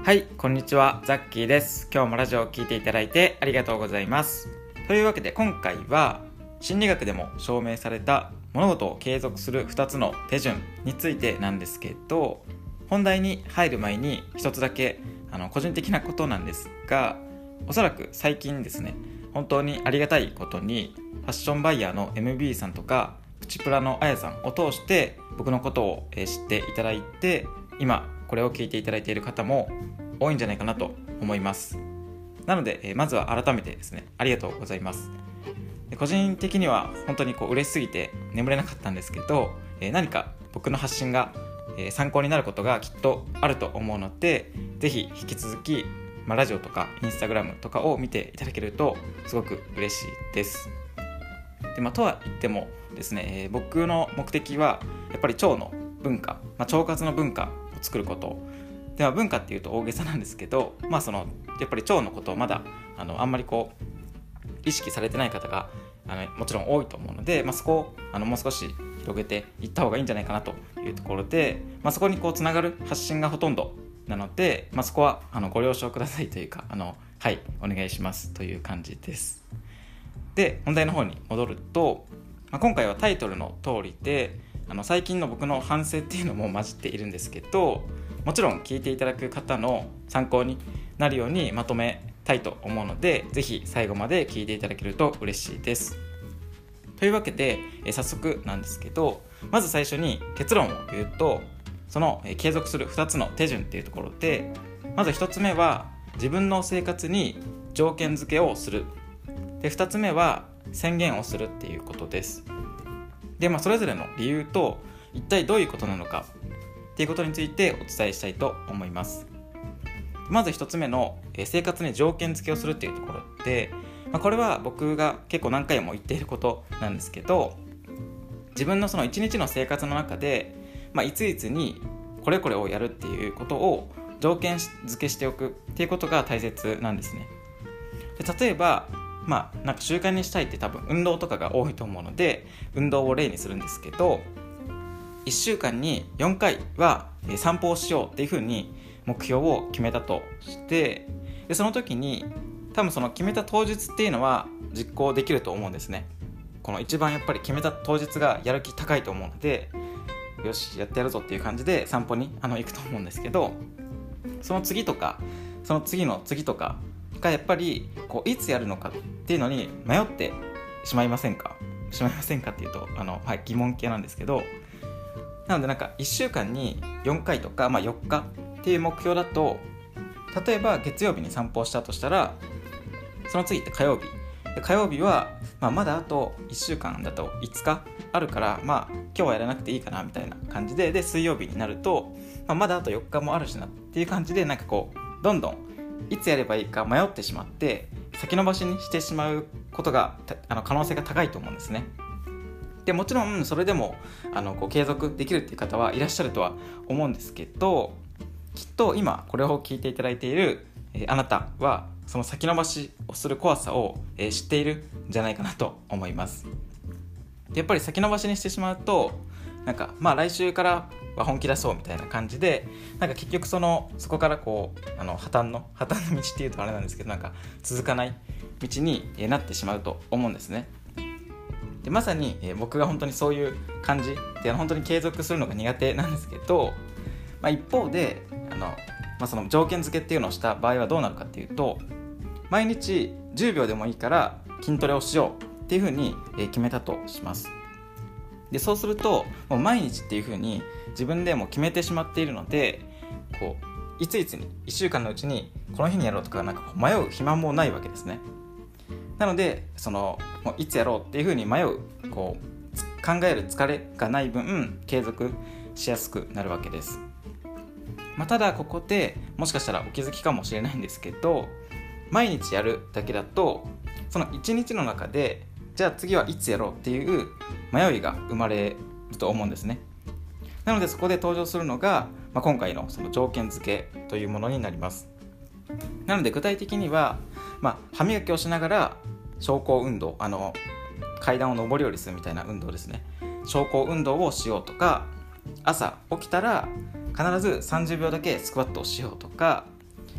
はい、こんにちは、ザッキーです。今日もラジオを聞いていただいてありがとうございます。というわけで今回は心理学でも証明された物事を継続する2つの手順についてなんですけど、本題に入る前に一つだけ個人的なことなんですが、おそらく最近ですね、本当にありがたいことにファッションバイヤーの MB さんとかプチプラのあやさんを通して僕のことを知っていただいて、今これを聞いていただいている方も多いんじゃないかなと思います。なのでまずは改めてですね、ありがとうございます。個人的には本当に嬉しすぎて眠れなかったんですけど、何か僕の発信が参考になることがきっとあると思うので、ぜひ引き続きラジオとかインスタグラムとかを見ていただけるとすごく嬉しいです。で、とは言ってもですね、僕の目的はやっぱり腸の文化、腸活の文化を作ることでは、文化っていうと大げさなんですけど、やっぱり腸のことをまだあんまり意識されてない方がもちろん多いと思うので、そこをもう少し広げていった方がいいんじゃないかなというところで、そこにつながる発信がほとんどなので、そこはご了承くださいというかはい、お願いしますという感じです。で、本題の方に戻ると、今回はタイトルの通りで最近の僕の反省っていうのも混じっているんですけど、もちろん聞いていただく方の参考になるようにまとめたいと思うので、ぜひ最後まで聞いていただけると嬉しいです。というわけで早速なんですけど、まず最初に結論を言うと、その継続する2つの手順っていうところで、まず1つ目は自分の生活に条件付けをする。で、2つ目は宣言をするっていうことです。で、それぞれの理由と一体どういうことなのかっていうことについてお伝えしたいと思います。まず1つ目の生活に条件付けをするっていうところで、これは僕が結構何回も言っていることなんですけど、自分のその一日の生活の中で、いついつにこれこれをやるっていうことを条件付けしておくっていうことが大切なんですね。で、例えばなんか習慣にしたいって多分運動とかが多いと思うので、運動を例にするんですけど、1週間に4回は散歩をしようっていうふうに目標を決めたとして、でその時に多分その決めた当日っていうのは実行できると思うんですね。この一番やっぱり決めた当日がやる気高いと思うので、よしやってやるぞっていう感じで散歩に行くと思うんですけど、その次とかその次の次とかがやっぱりいつやるのかっていうのに迷ってしまいませんかっていうと疑問系なんですけど、なので1週間に4回とか、4日っていう目標だと、例えば月曜日に散歩をしたとしたら、その次って火曜日で、火曜日は、まだあと1週間だと5日あるから、今日はやらなくていいかなみたいな感じで、水曜日になると、まだあと4日もあるしなっていう感じで、どんどんいつやればいいか迷ってしまって先延ばしにしてしまうことが可能性が高いと思うんですね。で、もちろんそれでも継続できるっていう方はいらっしゃるとは思うんですけど、きっと今これを聞いていただいているあなたはその先延ばしをする怖さを知っているんじゃないかなと思います。で、やっぱり先延ばしにしてしまうと来週からは本気出そうみたいな感じで、結局そこから破綻の道っていうとあれなんですけど、続かない道になってしまうと思うんですね。で、まさに僕が本当にそういう感じで本当に継続するのが苦手なんですけど、一方でその条件付けっていうのをした場合はどうなるかっていうと、毎日10秒でもいいから筋トレをしようっていうふうに決めたとします。で、そうするともう毎日っていうふうに自分でも決めてしまっているので、いついつに1週間のうちにこの日にやろうとか迷う暇もないわけですね。なのでもういつやろうっていうふうに迷う考える疲れがない分継続しやすくなるわけです。ただここでもしかしたらお気づきかもしれないんですけど、毎日やるだけだとその1日の中でじゃあ次はいつやろうっていう迷いが生まれると思うんですね。なのでそこで登場するのが、今回のその条件付けというものになります。なので具体的には、歯磨きをしながら昇降運動、階段を上り下りするみたいな運動ですね。昇降運動をしようとか、朝起きたら必ず30秒だけスクワットをしようとか、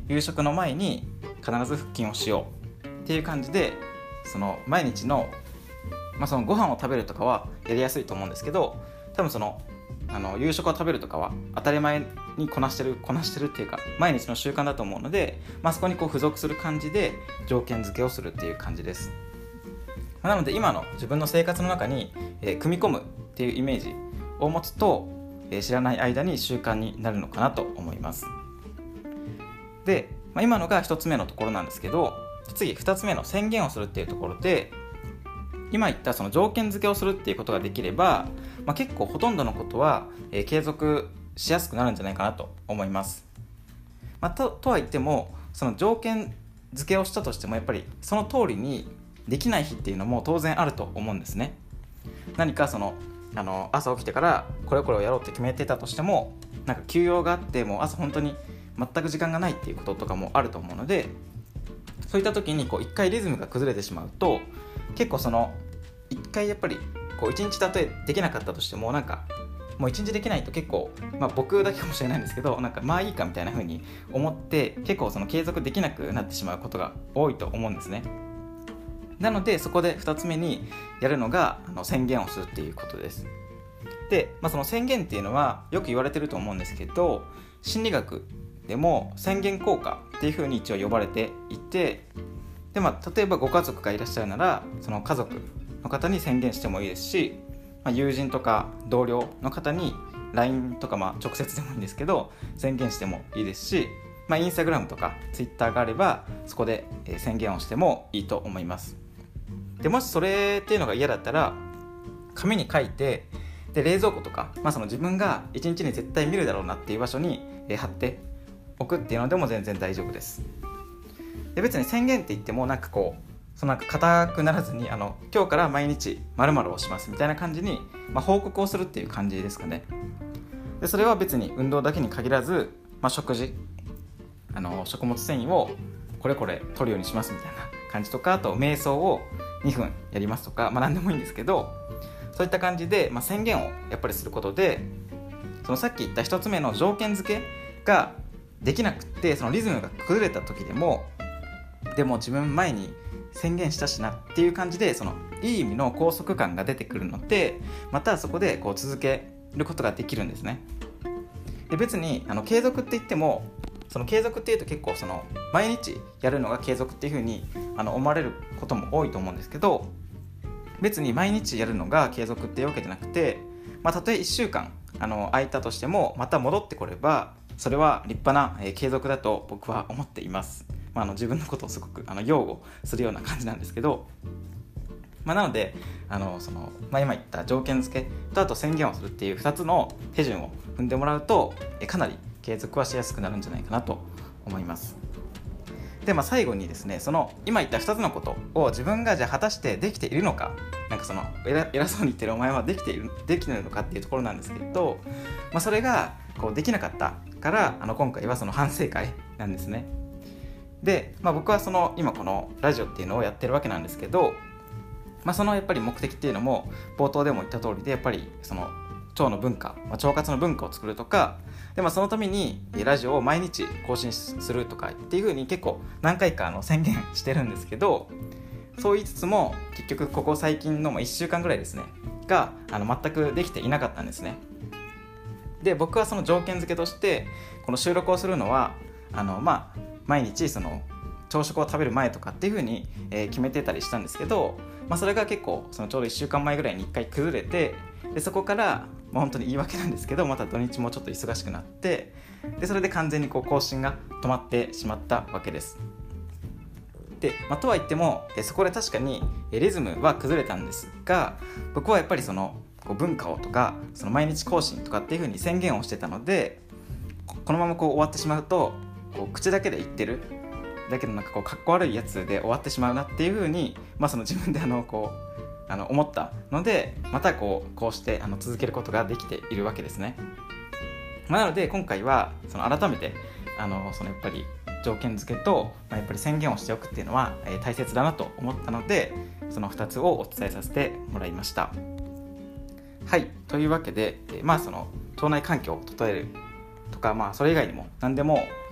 夕食の前に必ず腹筋をしようっていう感じで、その毎日の、そのご飯を食べるとかはやりやすいと思うんですけど、多分その夕食を食べるとかは当たり前にこなしてるっていうか毎日の習慣だと思うので、そこに付属する感じで条件付けをするっていう感じです。なので今の自分の生活の中に、組み込むっていうイメージを持つと、知らない間に習慣になるのかなと思います。で、今のが1つ目のところなんですけど、次2つ目の宣言をするっていうところで、今言ったその条件付けをするっていうことができれば、結構ほとんどのことは、継続しやすくなるんじゃないかなと思います。とは言っても、その条件付けをしたとしてもやっぱりその通りにできない日っていうのも当然あると思うんですね。何か朝起きてからこれこれをやろうって決めてたとしても、なんか休養があってもう朝本当に全く時間がないっていうこととかもあると思うので、そういった時に一回リズムが崩れてしまうと、結構一回やっぱり一日たとえできなかったとしても、なんかもう一日できないと結構、僕だけかもしれないんですけど、なんかいいかみたいな風に思って結構継続できなくなってしまうことが多いと思うんですね。なのでそこで2つ目にやるのが宣言をするっていうことです。で、その宣言っていうのはよく言われてると思うんですけど、心理学でも宣言効果っていう風に一応呼ばれていて、で、例えばご家族がいらっしゃるならその家族の方に宣言してもいいですし、友人とか同僚の方に LINE とか直接でもいいんですけど宣言してもいいですし、インスタグラムとかツイッターがあればそこで宣言をしてもいいと思います。で、もしそれっていうのが嫌だったら紙に書いて、で冷蔵庫とか、その自分が一日に絶対見るだろうなっていう場所に貼っておくっていうのでも全然大丈夫です。で、別に宣言って言ってもなんか硬くならずに今日から毎日〇〇をしますみたいな感じに、報告をするっていう感じですかね。で、それは別に運動だけに限らず、食事食物繊維をこれこれ取るようにしますみたいな感じとか、あと瞑想を2分やりますとか、何でもいいんですけど、そういった感じで、宣言をやっぱりすることで、さっき言った1つ目の条件付けができなくって、そのリズムが崩れた時でも自分前に宣言したしなっていう感じで、いい意味の拘束感が出てくるので、またそこで続けることができるんですね。で、別に継続って言っても、継続っていうと結構毎日やるのが継続っていう風に思われることも多いと思うんですけど、別に毎日やるのが継続っていうわけじゃなくて、たとえ1週間空いたとしてもまた戻ってこればそれは立派な継続だと僕は思っています。自分のことをすごく擁護するような感じなんですけど、なので今言った条件付けとあと宣言をするっていう2つの手順を踏んでもらうとかなり継続はしやすくなるんじゃないかなと思います。で、最後にですね、今言った2つのことを自分がじゃあ果たしてできているのか、なんか偉そうに言ってるお前はできているのかっていうところなんですけど、それができなかったから今回は反省会なんですね。で、僕は今このラジオっていうのをやってるわけなんですけど、やっぱり目的っていうのも冒頭でも言った通りで、やっぱり腸の文化、腸活の文化を作るとかで、そのためにラジオを毎日更新するとかっていう風に結構何回か宣言してるんですけど、そう言いつつも結局ここ最近の1週間ぐらいですねが全くできていなかったんですね。で、僕はその条件付けとしてこの収録をするのは毎日朝食を食べる前とかっていう風に決めてたりしたんですけど、それが結構ちょうど1週間前ぐらいに1回崩れて、でそこから本当に言い訳なんですけど、また土日もちょっと忙しくなって、でそれで完全に更新が止まってしまったわけです。で、とは言ってもそこで確かにリズムは崩れたんですが、僕はやっぱり文化をとか毎日更新とかっていう風に宣言をしてたので、このまま終わってしまうと口だけで言ってるだけどかっこ悪いやつで終わってしまうなっていう風に、自分で思ったので、またこうして続けることができているわけですね。なので今回は改めてやっぱり条件付けと、やっぱり宣言をしておくっていうのは大切だなと思ったので、その2つをお伝えさせてもらいました。はい、というわけで、腸内環境を整えるとか、それ以外にも何でも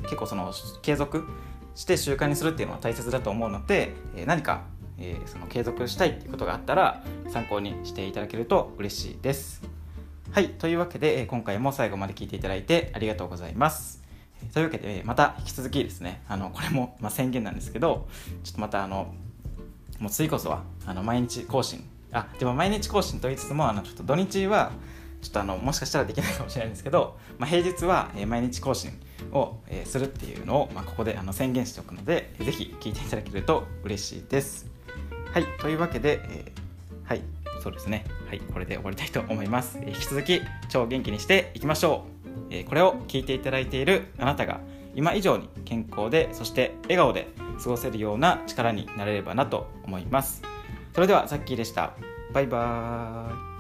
結構その継続して習慣にするっていうのは大切だと思うので、何か、その継続したいっていうことがあったら参考にしていただけると嬉しいです。はい、というわけで今回も最後まで聞いていただいてありがとうございます。というわけでまた引き続きですね、これも宣言なんですけど、ちょっとまたもう次こそは毎日更新、でも毎日更新と言いつつもちょっと土日はちょっともしかしたらできないかもしれないんですけど、平日は毎日更新をするっていうのをここで宣言しておくので、ぜひ聞いていただけると嬉しいです。はい、というわけで、はい、そうですね、はい、これで終わりたいと思います。引き続き超元気にしていきましょう。これを聞いていただいているあなたが今以上に健康で、そして笑顔で過ごせるような力になれればなと思います。それではザッキーでした。バイバーイ。